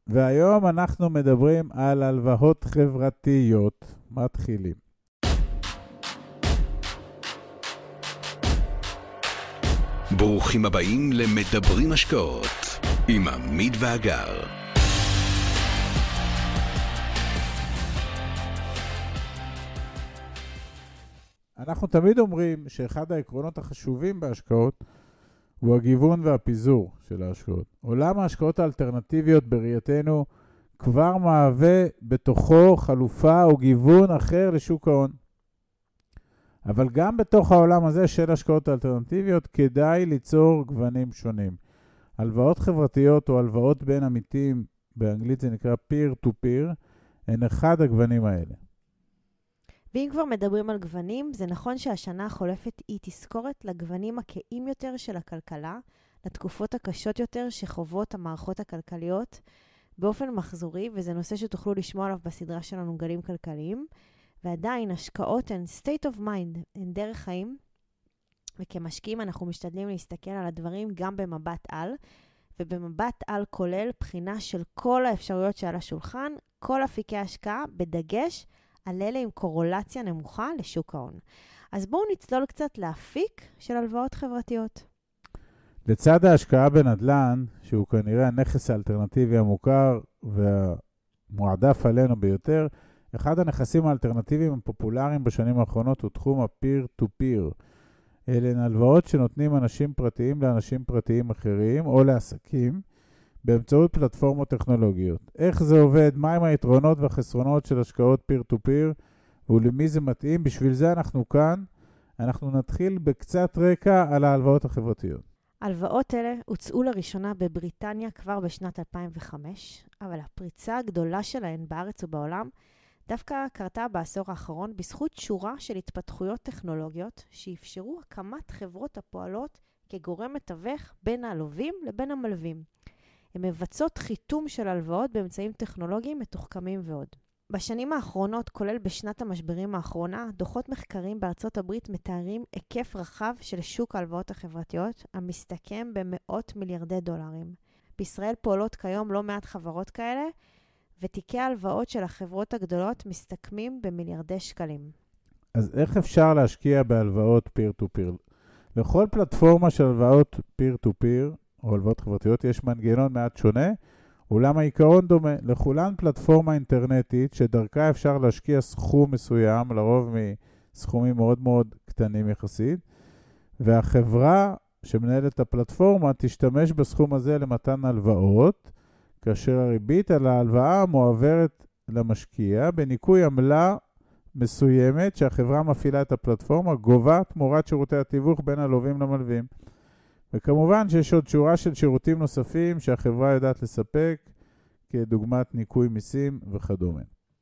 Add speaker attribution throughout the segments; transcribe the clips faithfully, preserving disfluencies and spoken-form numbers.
Speaker 1: והיום אנחנו מדברים על הלוואות חברתיות. מתחילים.
Speaker 2: ברוכים הבאים למדברים השקעות עם עמית ואגר.
Speaker 1: אנחנו תמיד אומרים שאחד העקרונות החשובים בהשקעות הוא הגיוון והפיזור של ההשקעות. עולם ההשקעות האלטרנטיביות בראייתנו כבר מהווה בתוכו חלופה או גיוון אחר לשוק ההון. אבל גם בתוך העולם הזה של השקעות אלטרנטיביות כדאי ליצור גוונים שונים. הלוואות חברתיות או הלוואות בין עמיתים, באנגלית זה נקרא peer to peer, הן אחד הגוונים האלה.
Speaker 3: ואם כבר מדברים על גוונים, זה נכון שהשנה החולפת היא תזכורת לגוונים הכאים יותר של הכלכלה, לתקופות הקשות יותר שחוות המערכות הכלכליות באופן מחזורי, וזה נושא שתוכלו לשמוע עליו בסדרה שלנו גלים כלכליים. ועדיין השקעות הן state of mind, הן דרך חיים, וכמשקיעים אנחנו משתדלים להסתכל על הדברים גם במבט על, ובמבט על כולל בחינה של כל האפשרויות שעל השולחן, כל אפיקי השקעה בדגש על אלה עם קורולציה נמוכה לשוק ההון. אז בואו נצלול קצת לאפיק של הלוואות חברתיות.
Speaker 1: לצד ההשקעה בנדל"ן, שהוא כנראה הנכס האלטרנטיבי המוכר והמועדף עלינו ביותר, אחד הנכסים האלטרנטיביים הפופולריים בשנים האחרונות הוא תחום ה-peer to peer. אלה הן הלוואות שנותנים אנשים פרטיים לאנשים פרטיים אחרים או לעסקים באמצעות פלטפורמות טכנולוגיות. איך זה עובד? מהם היתרונות והחסרונות של השקעות peer to peer ולמי זה מתאים? בשביל זה אנחנו כאן. אנחנו נתחיל בקצת רקע על ההלוואות החברתיות.
Speaker 3: הלוואות אלה הוצאו לראשונה בבריטניה כבר בשנת אלפיים וחמש, אבל הפריצה הגדולה שלהן בארץ ובעולם דווקא קרתה בעשור האחרון בזכות שורה של התפתחויות טכנולוגיות שאפשרו הקמת חברות הפועלות כגורם מתווך בין הלווים לבין המלווים. הן מבצעות חיתום של הלוואות באמצעים טכנולוגיים מתוחכמים ועוד. בשנים האחרונות, כולל בשנת המשברים האחרונה, דוחות מחקרים בארצות הברית מתארים היקף רחב של שוק ההלוואות החברתיות, המסתכם במאות מיליארדי דולרים. בישראל פועלות כיום לא מעט חברות כאלה, ותיקי ההלוואות של החברות הגדולות מסתכמים במיליארדי שקלים.
Speaker 1: אז איך אפשר להשקיע בהלוואות peer to peer? לכל פלטפורמה של הלוואות peer to peer, או הלוואות חברתיות, יש מנגנון מעט שונה, אולם העיקרון דומה. לכולן פלטפורמה אינטרנטית שדרכה אפשר להשקיע סכום מסוים, לרוב מסכומים מאוד מאוד קטנים יחסית, והחברה שמנהלת את הפלטפורמה תשתמש בסכום הזה למתן הלוואות, כאשר הריבית על ההלוואה מועברת למשקיע בניקוי עמלה מסוימת שהחברה מפעילה את הפלטפורמה, גובה תמורת שירותי התיווך בין הלווים למלווים. וכמובן שיש עוד שורה של שירותים נוספים שהחברה יודעת לספק, כדוגמת ניקוי מיסים וכדומה.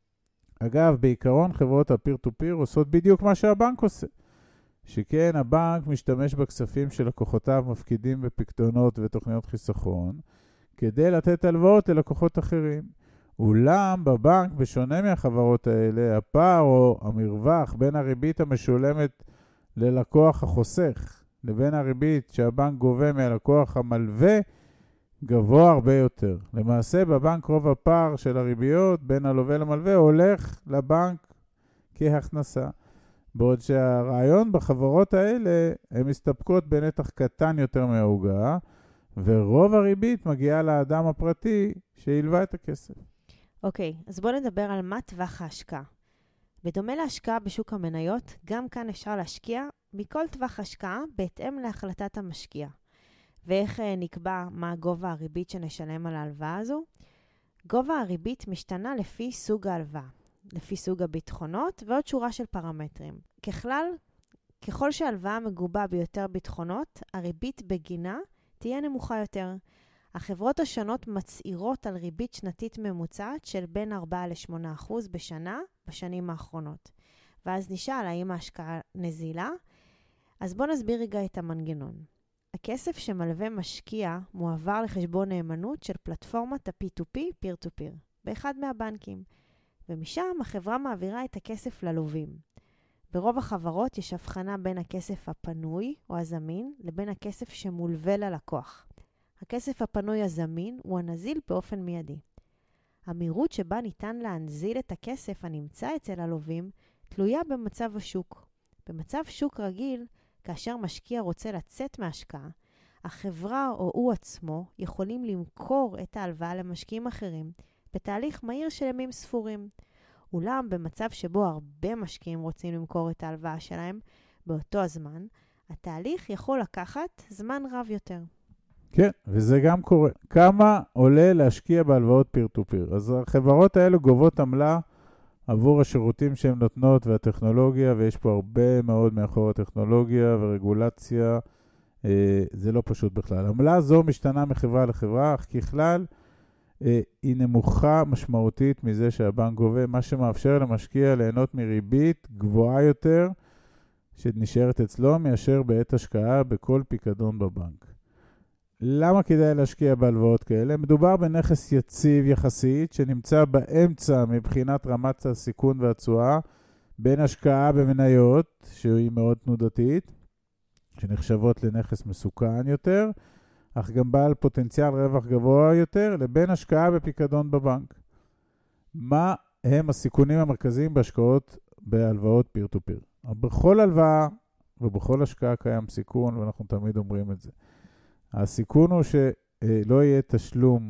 Speaker 1: אגב, בעיקרון חברות ה-peer to peer עושות בדיוק מה שהבנק עושה. שכן הבנק משתמש בכספים של לקוחותיו מפקידים בפקדונות ותוכניות חיסכון, כדי לתת הלוואות ללקוחות אחרים. אולם בבנק, בשונה מהחברות האלה, הפער או המרווח בין הריבית המשולמת ללקוח החוסך, לבין הריבית שהבנק גובה מהלקוח המלווה, גבוה הרבה יותר. למעשה, בבנק רוב הפער של הריביות בין הלווה למלווה הולך לבנק כהכנסה. בעוד שהרעיון בחברות האלה, הן מסתפקות בנתח קטן יותר מהעוגה, ורוב הריבית מגיעה לאדם הפרטי שילווה את הכסף.
Speaker 3: אוקיי, אז בואו נדבר על מה טווח ההשקעה. בדומה להשקעה בשוק המניות, גם כאן אפשר להשקיע מכל טווח השקעה בהתאם להחלטת המשקיע. ואיך נקבע מה גובה הריבית שנשלם על ההלוואה הזו? גובה הריבית משתנה לפי סוג ההלוואה, לפי סוג הביטחונות ועוד שורה של פרמטרים. ככלל, ככל שההלוואה מגובה ביותר ביטחונות, הריבית בגינה תהיה נמוכה יותר. החברות השונות מצעירות על ריבית שנתית ממוצעת של בין ארבעה לשמונה אחוז בשנה בשנים האחרונות. ואז נשאל האם ההשקעה נזילה? אז בואו נסביר רגע את המנגנון. הכסף שמלווה משקיע מועבר לחשבון נאמנות של פלטפורמת ה-פי טו פי, peer to peer, באחד מהבנקים. ומשם החברה מעבירה את הכסף ללווים. ברוב החברות יש הבחנה בין הכסף הפנוי או הזמין לבין הכסף שמולווה ללקוח. הכסף הפנוי הזמין הוא הנזיל באופן מיידי. המהירות שבה ניתן להנזיל את הכסף הנמצא אצל הלווים תלויה במצב השוק. במצב שוק רגיל, כאשר משקיע רוצה לצאת מהשקעה, החברה או הוא עצמו יכולים למכור את ההלוואה למשקיעים אחרים בתהליך מהיר של ימים ספורים. אולם במצב שבו הרבה משקיעים רוצים למכור את ההלוואה שלהם באותו הזמן, התהליך יכול לקחת זמן רב יותר.
Speaker 1: כן, וזה גם קורה. כמה עולה להשקיע בהלוואות פיר טו פיר? אז החברות האלו גובות עמלה עבור השירותים שהן נותנות והטכנולוגיה, ויש פה הרבה מאוד מאחור הטכנולוגיה ורגולציה. אה, זה לא פשוט בכלל. עמלה זו משתנה מחברה לחברה, אך ככלל אה, היא נמוכה משמעותית מזה שהבנק גובה, מה שמאפשר למשקיע ליהנות מריבית גבוהה יותר שנשארת אצלו מאשר בעת השקעה בכל פיקדון בבנק. למה כדאי להשקיע בהלוואות כאלה? מדובר בנכס יציב יחסית שנמצא באמצע מבחינת רמת הסיכון והתשואה בין השקעה במניות, שהיא מאוד תנודתית, שנחשבות לנכס מסוכן יותר, אך גם בעל פוטנציאל רווח גבוה יותר, לבין השקעה בפיקדון בבנק. מה הם הסיכונים המרכזיים בהשקעות בהלוואות פיר טו פיר? בכל הלוואה ובכל השקעה קיים סיכון, ואנחנו תמיד אומרים את זה. הסיכון הוא שלא יהיה תשלום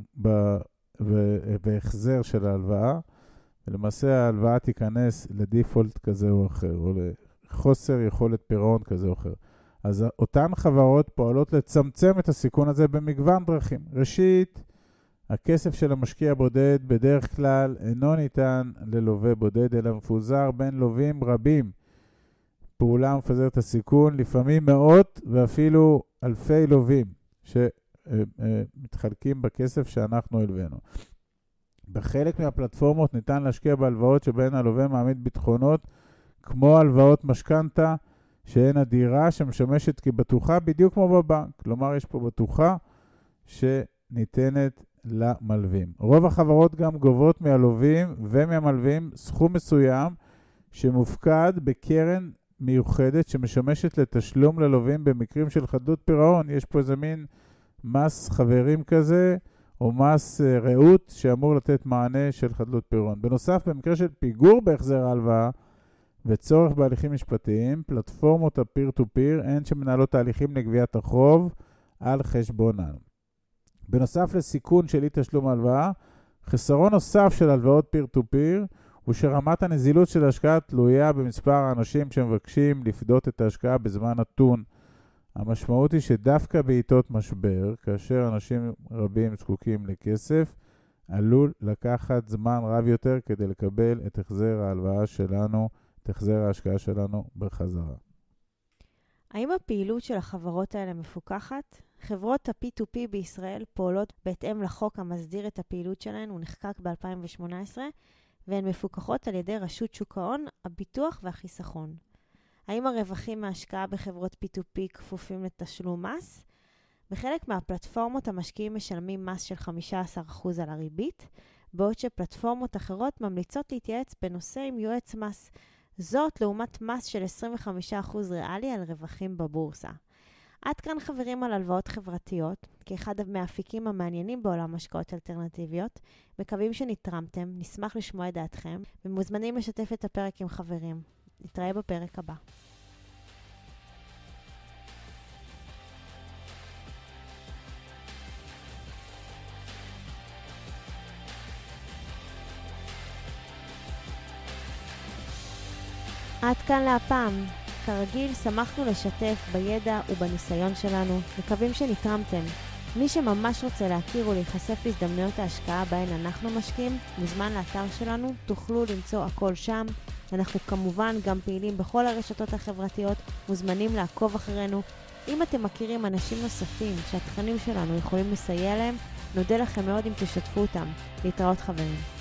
Speaker 1: בהחזר של ההלוואה, ולמעשה ההלוואה תיכנס לדיפולט כזה או אחר, או לחוסר יכולת פירעון כזה או אחר. אז אותן חברות פועלות לצמצם את הסיכון הזה במגוון דרכים. ראשית, הכסף של המשקיע בודד בדרך כלל אינו ניתן ללווה בודד, אלא מפוזר בין לווים רבים. פעולה מפזרת את הסיכון, לפעמים מאות ואפילו אלפי לווים שמתחלקים בכסף שאנחנו הלווינו. בחלק מהפלטפורמות ניתן להשקיע בהלוואות שבהן הלווה מעמיד ביטחונות, כמו הלוואות משכנתה, שהן הדירה שמשמשת כבטוחה בדיוק כמו בבנק. כלומר, יש פה בטוחה שניתנת למלווים. רוב החברות גם גובות מהלווים ומהמלווים סכום מסוים שמופקד בקרן מיוחדת שמשמשת לתשלום ללווים במקרים של חדלות פירעון. יש פה איזה מין מס חברים כזה, או מס רעות שאמור לתת מענה של חדלות פירעון. בנוסף, במקרה של פיגור בהחזר ההלוואה וצורך בהליכים משפטיים, פלטפורמות הפיר טו פיר הן שמנהלות תהליכים לגביית החוב על חשבונן. בנוסף לסיכון של אי תשלום ההלוואה, חסרון נוסף של הלוואות פיר טו פיר הוא שרמת הנזילות של ההשקעה תלויה במספר האנשים שמבקשים לפדות את ההשקעה בזמן נתון. המשמעות היא שדווקא בעיתות משבר, כאשר אנשים רבים זקוקים לכסף, עלול לקחת זמן רב יותר כדי לקבל את החזר ההלוואה שלנו, את החזר ההשקעה שלנו בחזרה.
Speaker 3: האם הפעילות של החברות האלה מפוקחת? חברות ה-פי טו פי בישראל פועלות בהתאם לחוק המסדיר את הפעילות שלהן, הוא נחקק ב-אלפיים שמונה עשרה, והן מפוקחות על ידי רשות שוק ההון, הביטוח והחיסכון. האם הרווחים מההשקעה בחברות פי טו פי כפופים לתשלום מס? בחלק מהפלטפורמות המשקיעים משלמים מס של חמישה עשר אחוז על הריבית, בעוד שפלטפורמות אחרות ממליצות להתייעץ בנושא עם יועץ מס. זאת לעומת מס של עשרים וחמישה אחוז ריאלי על רווחים בבורסה. עד כאן חברים על הלוואות חברתיות, כאחד מהאפיקים המעניינים בעולם השקעות אלטרנטיביות. מקווים שנתרמתם, נשמח לשמוע את דעתכם, ומוזמנים לשתף את הפרק עם חברים. נתראה בפרק הבא. עד כאן להפעם. כרגיל, שמחנו לשתף בידע ובניסיון שלנו. מקווים שנתרמתם. מי שממש רוצה להכיר ולהיחשף להזדמנויות ההשקעה בהן אנחנו משקיעים, מוזמן לאתר שלנו, תוכלו למצוא הכל שם. אנחנו כמובן גם פעילים בכל הרשתות החברתיות, מוזמנים לעקוב אחרינו. אם אתם מכירים אנשים נוספים שהתכנים שלנו יכולים לסייע להם, נודה לכם מאוד אם תשתפו אותם. להתראות חברים.